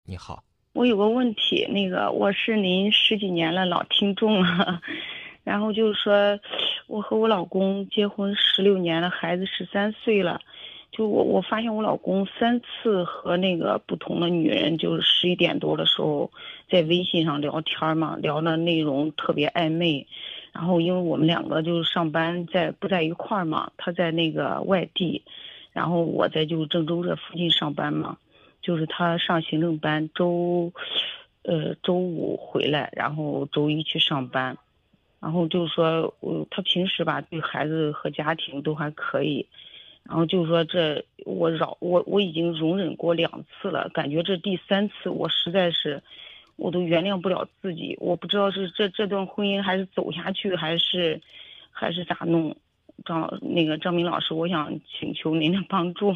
你好。 我有个问题，我是您十几年了老听众了，然后就是说，我和我老公结婚16年了，孩子13岁了，就我发现我老公3次和不同的女人，就是11点多的时候在微信上聊天嘛，聊的内容特别暧昧，然后因为我们两个就是上班不在一块儿嘛，他在外地，然后我在就郑州这附近上班嘛。就是他上行政班，周五回来，然后周一去上班，然后就是说，他平时吧对孩子和家庭都还可以，然后就是说我已经容忍过2次了，感觉这第3次我实在是我都原谅不了自己，我不知道是这段婚姻还是走下去还是咋弄，张明老师，我想请求您的帮助。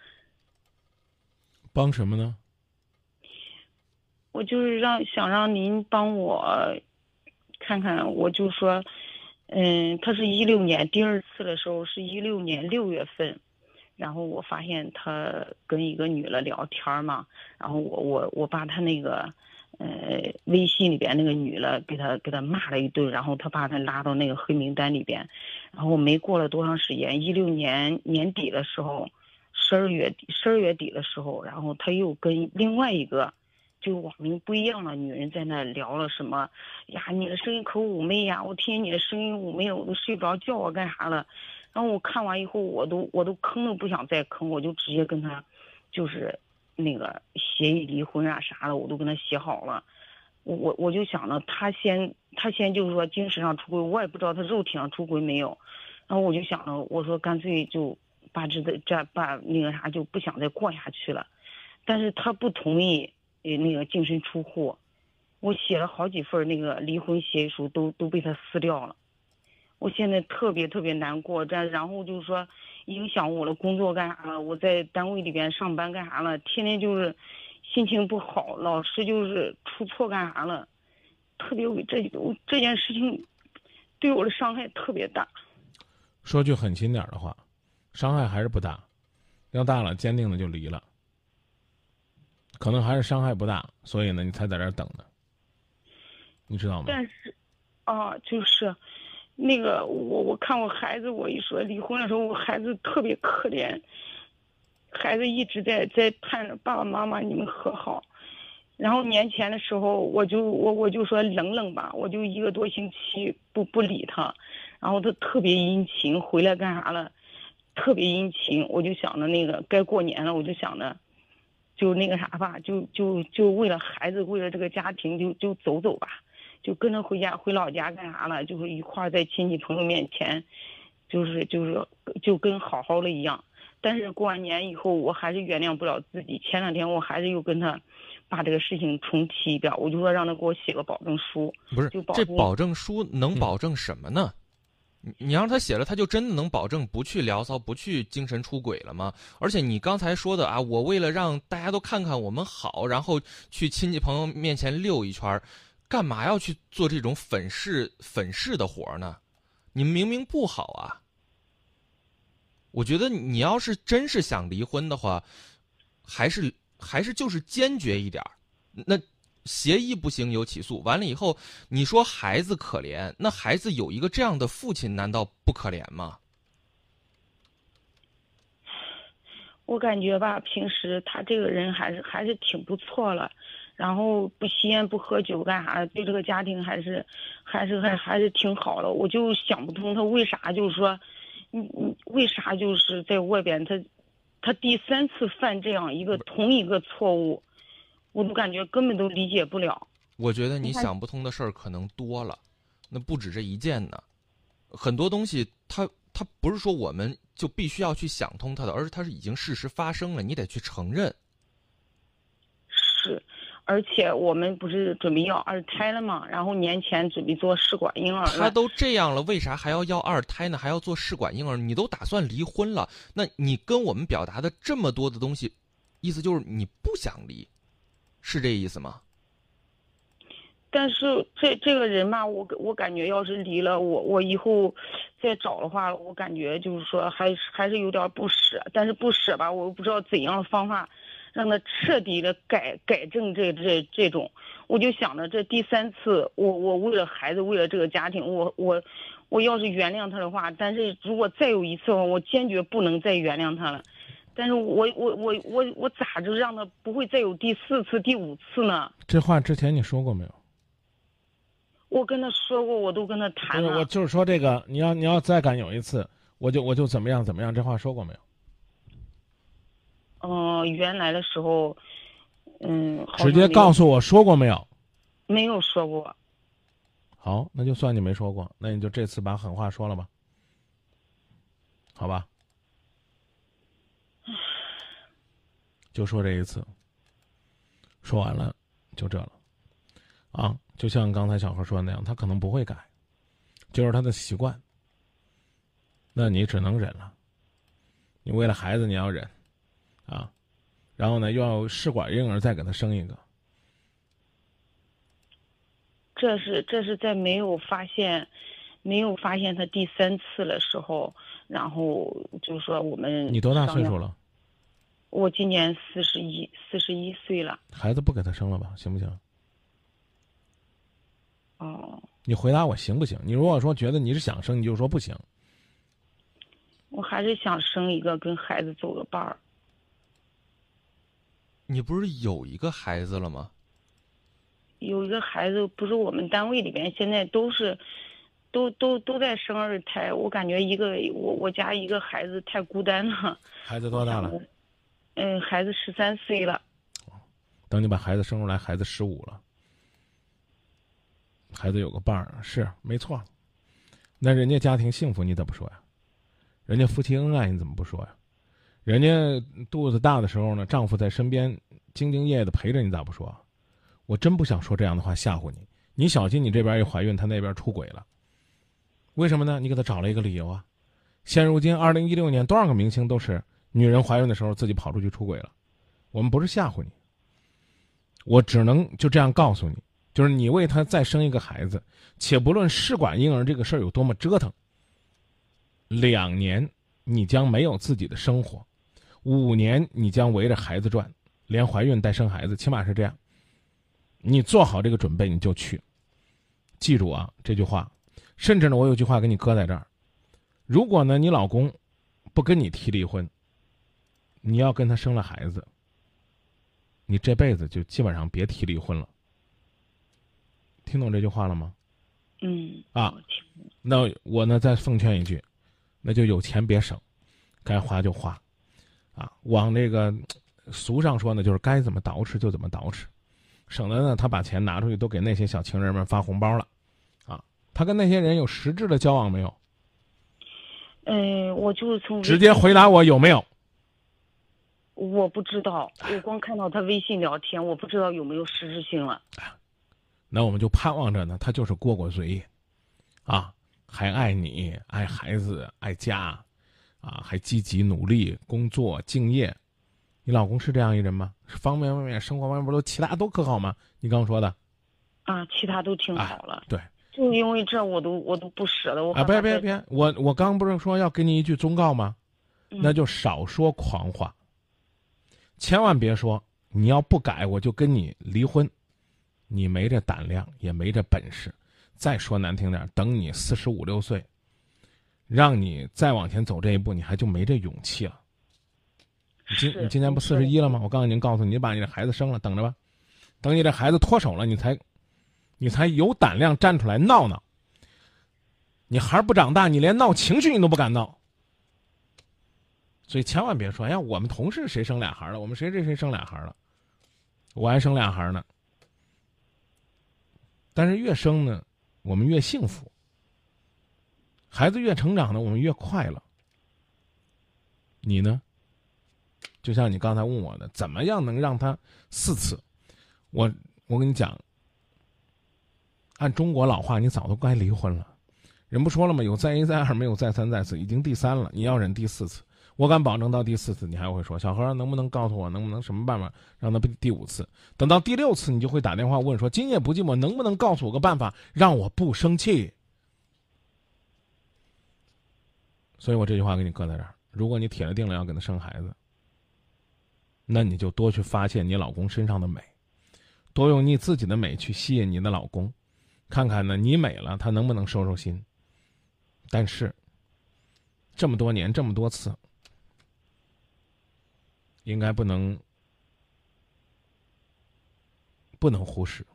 帮什么呢？ 我就是想让您帮我看看，我就说，他是16年第2次的时候是16年6月份，然后我发现他跟一个女的聊天嘛，然后我把他微信里边那个女的给他骂了一顿，然后他把他拉到那个黑名单里边，然后没过了多长时间16年年底的时候，十二月底的时候，然后他又跟另外一个就网名不一样的女人在那聊了什么呀，你的声音可妩媚呀，我听见你的声音妩媚了，我都睡不着觉啊，干啥了？然后我看完以后，我都坑都不想再坑，我就直接跟他，就是协议离婚啊啥的，我都跟他写好了。我就想着他先就是说精神上出轨，我也不知道他肉体上出轨没有。然后我就想着，我说干脆就把啥就不想再过下去了。但是他不同意，净身出户。我写了好几份离婚协议书都被他撕掉了。我现在特别特别难过，然后就是说影响我的工作干啥了？我在单位里边上班干啥了？天天就是心情不好，老是就是出错干啥了？特别为这件事情对我的伤害特别大。 说句狠心点的话，伤害还是不大，要大了，坚定的就离了。可能还是伤害不大，所以呢，你才在这儿等呢，你知道吗？ 但是就是我看我孩子，我一说离婚的时候，我孩子特别可怜，孩子一直在盼着爸爸妈妈你们和好。然后年前的时候，我就说冷冷吧，我就1个多星期不理他，然后他特别殷勤，回来干啥了，特别殷勤，我就想着该过年了，我就想着就啥吧，就为了孩子，为了这个家庭，就走走吧，就跟着回老家干啥了，就是一块儿在亲戚朋友面前，就跟好好的一样。但是过完年以后，我还是原谅不了自己。前2天我还是又跟他把这个事情重提一遍，我就说让他给我写个保证书， 不是， 就保证。 这保证书能保证什么呢？你让他写了，他就真的能保证不去聊骚、不去精神出轨了吗？而且你刚才说的啊，我为了让大家都看看我们好，然后去亲戚朋友面前溜一圈，干嘛要去做这种粉饰的活呢？你们明明不好啊！我觉得你要是真是想离婚的话，还是就是坚决一点儿。那协议不行有起诉，完了以后你说孩子可怜，那孩子有一个这样的父亲，难道不可怜吗？ 我感觉吧，平时他这个人还是挺不错了，然后不吸烟不喝酒干啥的，对这个家庭还是挺好的。我就想不通他为啥就是说，为啥就是在外边他第3次犯这样同一个错误，我都感觉根本都理解不了。 我觉得你看。 你想不通的事儿可能多了，那不止这一件呢。很多东西它不是说我们就必须要去想通它的，而是它是已经事实发生了，你得去承认。 是，而且我们不是准备要2胎了嘛，然后年前准备做试管婴儿了。 他都这样了，为啥还要2胎呢？还要做试管婴儿？你都打算离婚了，那你跟我们表达的这么多的东西，意思就是你不想离，是这意思吗？ 但是这个人嘛，我感觉要是离了，我以后再找的话，我感觉就是说还是有点不舍，但是不舍吧，我又不知道怎样的方法让他彻底的改正这种。我就想着这第3次，我为了孩子，为了这个家庭，我要是原谅他的话，但是如果再有一次的话，我坚决不能再原谅他了。但是我咋就让他不会再有第4次、第5次呢？ 这话之前你说过没有？ 我跟他说过，我都跟他谈了。 我就是说这个，你要再敢有一次，我就怎么样怎么样，这话说过没有？ 原来的时候，好像直接告诉我说过没有？ 没有说过。 好，那就算你没说过，那你就这次把狠话说了吧，好吧？就说这一次，说完了就这了，啊，就像刚才小何说的那样，他可能不会改，就是他的习惯，那你只能忍了。你为了孩子你要忍，啊，然后呢又要试管婴儿再给他生一个。 这是在没有发现他第3次的时候，然后就说我们。 你多大岁数了？ 我今年41岁了。 孩子不给他生了吧，行不行？ 哦。 你回答我行不行？你如果说觉得你是想生，你就说不行。 我还是想生一个跟孩子走个伴儿。 你不是有一个孩子了吗？ 有一个孩子，不是我们单位里边现在都在生2胎，我感觉我家一个孩子太孤单了。 孩子多大了？ 孩子13岁了。 等你把孩子生出来，孩子15了，孩子有个伴儿是没错。那人家家庭幸福你怎么说呀？人家夫妻恩爱你怎么不说呀？人家肚子大的时候呢，丈夫在身边兢兢业业的陪着你咋不说啊？我真不想说这样的话吓唬你，你小心你这边一怀孕，他那边出轨了。为什么呢？你给他找了一个理由啊。现如今2016年，多少个明星都是女人怀孕的时候自己跑出去出轨了。我们不是吓唬你，我只能就这样告诉你，就是你为他再生一个孩子，且不论试管婴儿这个事儿有多么折腾，2年你将没有自己的生活，5年你将围着孩子转，连怀孕带生孩子，起码是这样。你做好这个准备你就去，记住啊这句话。甚至呢，我有句话给你搁在这儿，如果呢你老公不跟你提离婚，你要跟他生了孩子，你这辈子就基本上别提离婚了。听懂这句话了吗？啊，那我呢再奉劝一句，那就有钱别省，该花就花，啊，往这个俗上说呢，就是该怎么捯饬就怎么捯饬，省得呢他把钱拿出去都给那些小情人们发红包了，啊，他跟那些人有实质的交往没有？ 我就是从直接回答我有没有？ 我不知道，我光看到他微信聊天，我不知道有没有实质性了。 那我们就盼望着呢，他就是过过嘴瘾，啊，还爱你、爱孩子、爱家，啊，还积极努力工作、敬业。你老公是这样一人吗？方方面面生活方面不都其他都可好吗？你刚说的。 啊，其他都挺好了。 对。 就因为这我都不舍得。 别，我刚不是说要给你一句忠告吗？那就少说狂话。千万别说你要不改我就跟你离婚，你没这胆量也没这本事。再说难听点，等你45、6岁，让你再往前走这一步，你还就没这勇气了。你今年不41了吗？我刚才已经告诉你，你把你的孩子生了，等着吧。等你这孩子脱手了，你才有胆量站出来闹闹。你孩儿不长大，你连闹情绪你都不敢闹。所以千万别说，哎呀，我们同事谁生俩孩了，我们谁生俩孩了，我还生俩孩呢。但是越生呢，我们越幸福；孩子越成长呢，我们越快乐。你呢？就像你刚才问我的，怎么样能让他4次？我跟你讲，按中国老话，你早都该离婚了。人不说了吗？有再一再二，没有再三再四，已经第3了，你要忍第4次。我敢保证到第4次，你还会说，小何能不能告诉我，能不能什么办法让他第5次？等到第6次，你就会打电话问说，今夜不寂寞，能不能告诉我个办法，让我不生气？所以我这句话给你搁在这儿，如果你铁了定了要给他生孩子， 那你就多去发现你老公身上的美，多用你自己的美去吸引你的老公，看看呢你美了他能不能收收心。但是这么多年这么多次，应该不能忽视。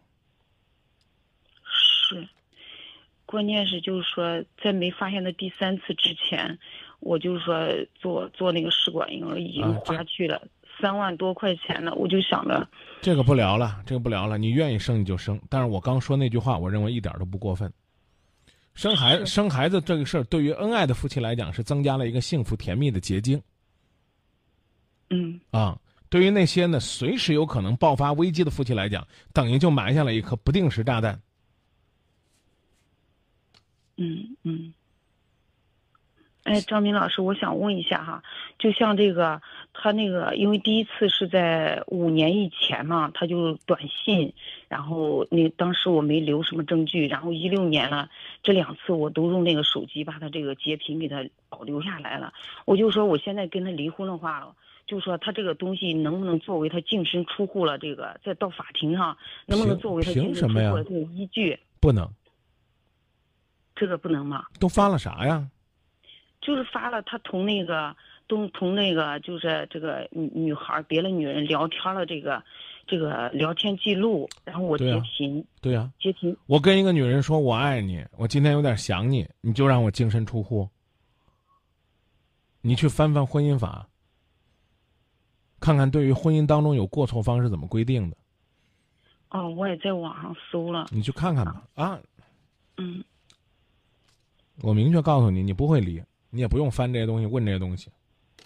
是，关键是就是说，在没发现的第3次之前，我就是说做那个试管婴儿已经花去了3万多块钱了，我就想着这个不聊了，你愿意生你就生，但是我刚说那句话，我认为一点都不过分。生孩子这个事儿，对于恩爱的夫妻来讲，是增加了一个幸福甜蜜的结晶。对于那些呢随时有可能爆发危机的夫妻来讲，等于就埋下了一颗不定时炸弹。 哎，张明老师，我想问一下哈，就像这个他那个，因为第一次是在5年以前嘛，他就短信，然后当时我没留什么证据，然后16年了，这2次我都用那个手机把他这个截屏给他保留下来了。我就说我现在跟他离婚的话，就说他这个东西能不能作为他净身出户了，这个再到法庭上能不能作为他净身出户的这个依据？ 不能。 这个不能吗？ 都发了啥呀？ 就是发了他同那个就是这个女孩别的女人聊天了，这个聊天记录，然后我截屏。 对呀， 截屏。 我跟一个女人说我爱你，我今天有点想你，你就让我净身出户？你去翻翻婚姻法，看看对于婚姻当中有过错方是怎么规定的。 我也在网上搜了。 你去看看吧。我明确告诉你，你不会离，你也不用翻这些东西，问这些东西。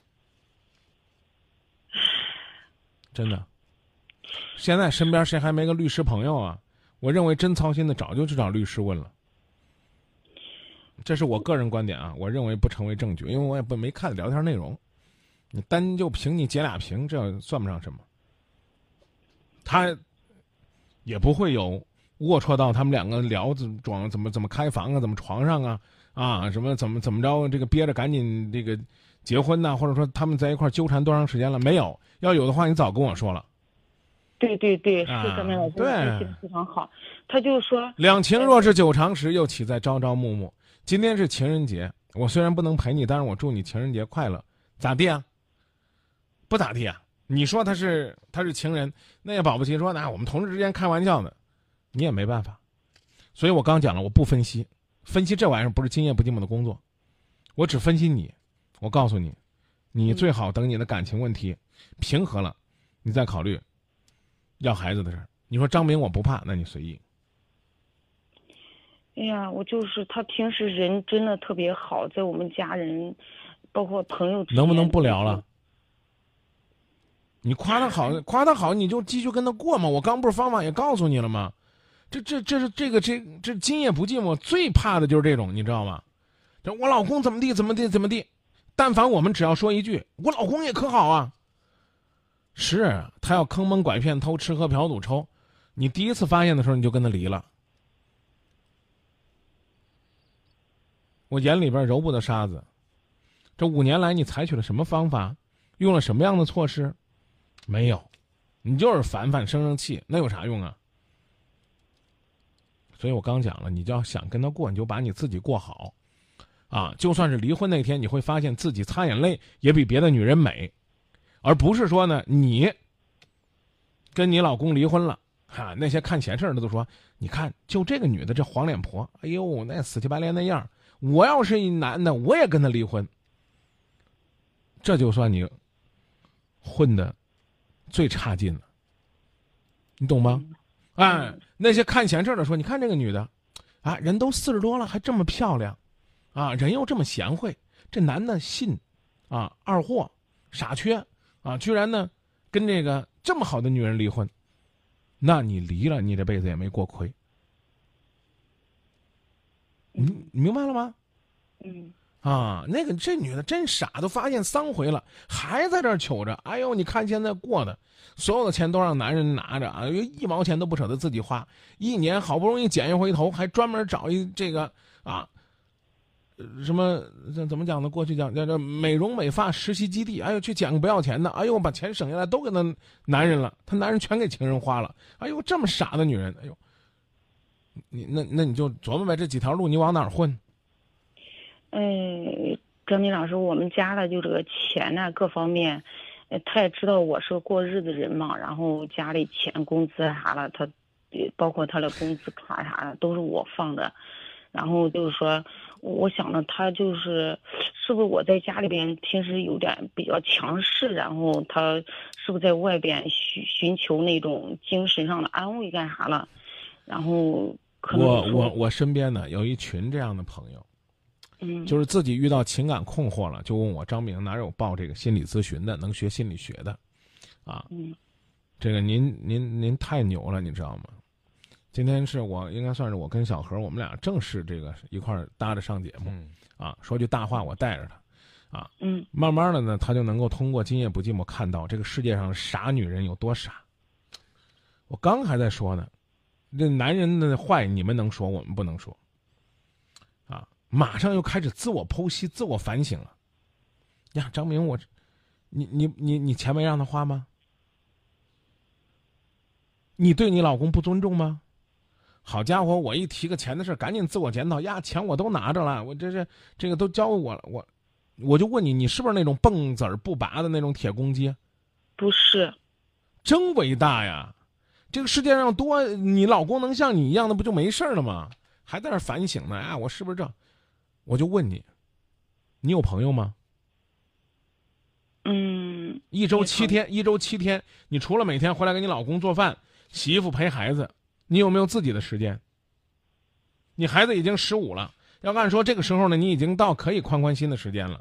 真的，现在身边谁还没个律师朋友啊？我认为真操心的早就去找律师问了。这是我个人观点啊，我认为不成为证据，因为我也没看聊天内容。你单就凭你截俩屏，这算不上什么。他也不会有龌龊到他们两个聊怎么开房啊，怎么床上啊，什么怎么着，这个憋着赶紧这个结婚呐，或者说他们在一块纠缠多长时间了？没有，要有的话你早跟我说了。 对，是张明老师分析的非常好。他就说， 两情若是久长时，又岂在朝朝暮暮。今天是情人节，我虽然不能陪你，但是我祝你情人节快乐。咋地啊？不咋地啊？你说他是情人，那也保不齐说那我们同事之间开玩笑呢，你也没办法。所以我刚讲了，我不分析这玩意儿不是今夜不寂寞的工作，我只分析你。我告诉你，你最好等你的感情问题平和了，你再考虑要孩子的事儿。你说张明我不怕，那你随意。 哎呀，我就是他平时人真的特别好，在我们家人包括朋友之间， 能不能不聊了？你夸他好，你就继续跟他过嘛。我刚不是方法也告诉你了吗？这今夜不寂寞最怕的就是这种，你知道吗？这我老公怎么地，但凡我们只要说一句我老公也可好啊，是他要坑蒙拐骗偷吃喝嫖赌抽，你第一次发现的时候你就跟他离了。我眼里边揉不得沙子。这5年来你采取了什么方法，用了什么样的措施？没有，你就是反生气，那有啥用啊？所以我刚讲了，你就要想跟他过，你就把你自己过好啊。就算是离婚那天，你会发现自己擦眼泪也比别的女人美，而不是说呢你跟你老公离婚了那些看闲事的都说，你看就这个女的这黄脸婆，哎呦那死乞白赖那样，我要是一男的我也跟他离婚。这就算你混的最差劲了，你懂吗？那些看闲事的说，你看这个女的人都40多了还这么漂亮人又这么贤惠，这男的信二货傻缺居然呢跟这个这么好的女人离婚，那你离了你这辈子也没过亏。你明白了吗？这女的真傻，都发现3回了，还在这儿求着。哎呦，你看现在过的，所有的钱都让男人拿着1毛钱都不舍得自己花，1年好不容易捡一回头，还专门找一这个什么这怎么讲呢？过去讲叫美容美发实习基地，哎呦去捡个不要钱的，哎呦把钱省下来都给他男人了，他男人全给情人花了，哎呦这么傻的女人，哎呦，那你就琢磨呗，这几条路你往哪儿混？ 张明老师，我们家的就这个钱呢，各方面，他也知道我是个过日子人嘛，然后家里钱、工资啥了，他包括他的工资卡啥的都是我放的，然后就是说，我想着他就是不是我在家里边平时有点比较强势，然后他是不是在外边寻求那种精神上的安慰干啥了，然后可能我身边呢有一群这样的朋友。 嗯， 就是自己遇到情感困惑了，就问我张明哪有报这个心理咨询的，能学心理学的，啊，这个您太牛了，你知道吗？今天是我应该算是我跟小何我们俩正式这个一块儿搭着上节目，啊，说句大话我带着他，啊，慢慢的呢，他就能够通过今夜不寂寞看到这个世界上傻女人有多傻。我刚还在说呢，这男人的坏你们能说，我们不能说。马上又开始自我剖析、自我反省了。呀，张明，你钱没让他花吗？你对你老公不尊重吗？好家伙，我一提个钱的事，赶紧自我检讨呀，钱我都拿着了，我这个都交给我了，我就问你，你是不是那种蹦子儿不拔的那种铁公鸡？ 不是， 真伟大呀！这个世界上多你老公能像你一样的，不就没事了吗？还在那反省呢？啊，我是不是这？我就问你，你有朋友吗？一周7天，你除了每天回来给你老公做饭、洗衣服、陪孩子，你有没有自己的时间？你孩子已经15了，要按说这个时候呢，你已经到可以宽宽心的时间了。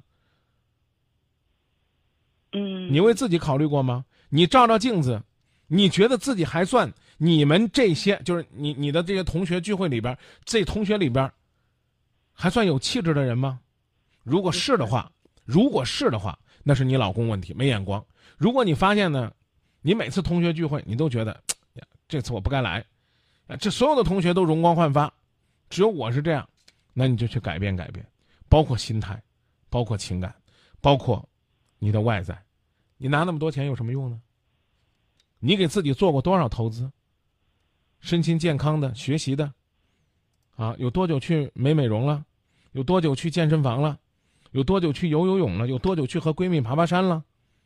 你为自己考虑过吗？你照照镜子，你觉得自己还算你们这些就是你的这些同学聚会里边，这同学里边还算有气质的人吗？如果是的话，那是你老公问题，没眼光。如果你发现呢，你每次同学聚会你都觉得呀，这次我不该来，这所有的同学都容光焕发，只有我是这样，那你就去改变，包括心态，包括情感，包括你的外在。你拿那么多钱有什么用呢？你给自己做过多少投资？身心健康的、学习的，啊，有多久去美容了？有多久去健身房了？有多久去游泳了？有多久去和闺蜜爬山了？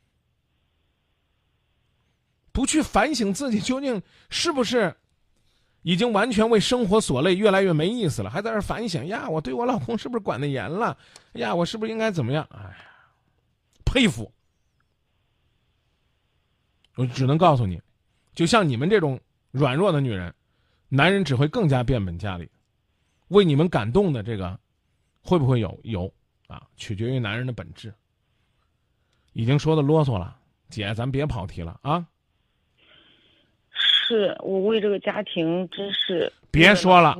不去反省自己究竟是不是已经完全为生活所累，越来越没意思了，还在这反省呀，我对我老公是不是管得严了？呀，我是不是应该怎么样？哎呀，佩服！我只能告诉你，就像你们这种软弱的女人，男人只会更加变本加厉。为你们感动的这个会不会有啊？取决于男人的本质。已经说的啰嗦了，姐，咱别跑题了啊！ 是我为这个家庭真是别说了。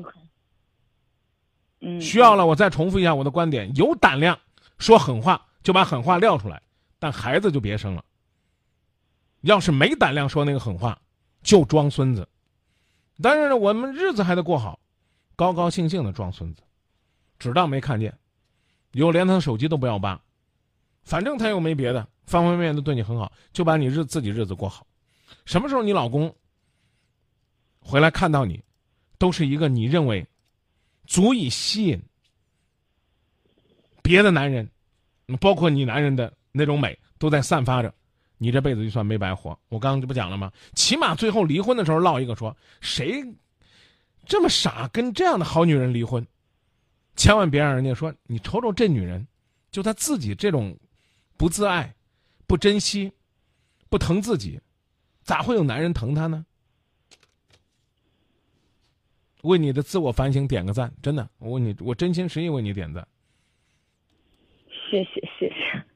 需要了，我再重复一下我的观点：有胆量说狠话，就把狠话撂出来，但孩子就别生了。要是没胆量说那个狠话，就装孙子。但是呢，我们日子还得过好，高高兴兴的装孙子，只当没看见，以后连他的手机都不要扒，反正他又没别的，方方面面都对你很好，就把你自己日子过好。什么时候你老公回来看到你，都是一个你认为足以吸引别的男人，包括你男人的那种美，都在散发着，你这辈子就算没白活。我刚刚这不讲了吗？起码最后离婚的时候落一个说，谁这么傻跟这样的好女人离婚？千万别让人家说，你瞅瞅这女人，就她自己这种不自爱、不珍惜、不疼自己，咋会有男人疼她呢？为你的自我反省点个赞，真的，我问你，我真心实意为你点赞。 谢谢。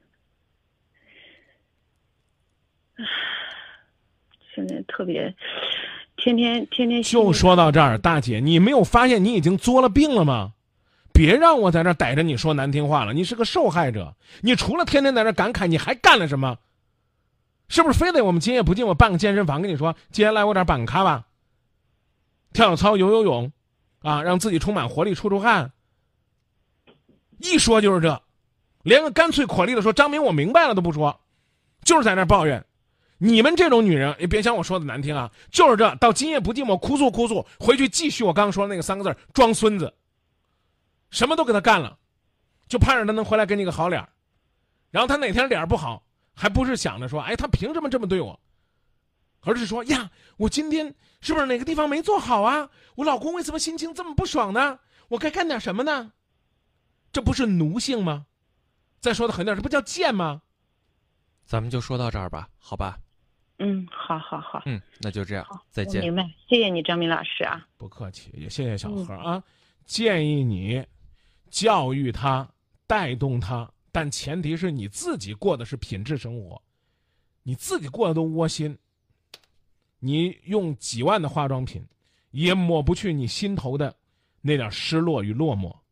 现在特别，天天就说到这儿，大姐，你没有发现你已经作了病了吗？别让我在这儿逮着你说难听话了，你是个受害者。你除了天天在这感慨，你还干了什么？是不是非得我们今夜不寂寞办个健身房，跟你说接下来我这儿办个卡吧，跳跳操、游泳，啊，让自己充满活力、出汗。 一说就是这，连个干脆可力的说张明我明白了都不说，就是在那抱怨。你们这种女人也别想我说的难听啊，就是这到今夜不寂寞哭诉哭诉，回去继续我刚刚说的那个3个字，装孙子，什么都给他干了，就盼着他能回来给你个好脸。然后他哪天脸不好，还不是想着说，哎，他凭什么这么对我，而是说呀，我今天是不是哪个地方没做好啊？我老公为什么心情这么不爽呢？我该干点什么呢？这不是奴性吗？再说的狠点，这不叫贱吗？ 咱们就说到这儿吧，好吧？ 好好好。 那就这样， 好， 再见。 我明白，谢谢你，张明老师啊。 不客气，也谢谢小何啊。建议你教育他，带动他，但前提是你自己过的是品质生活，你自己过得都窝心。你用几万的化妆品，也抹不去你心头的那点失落与落寞。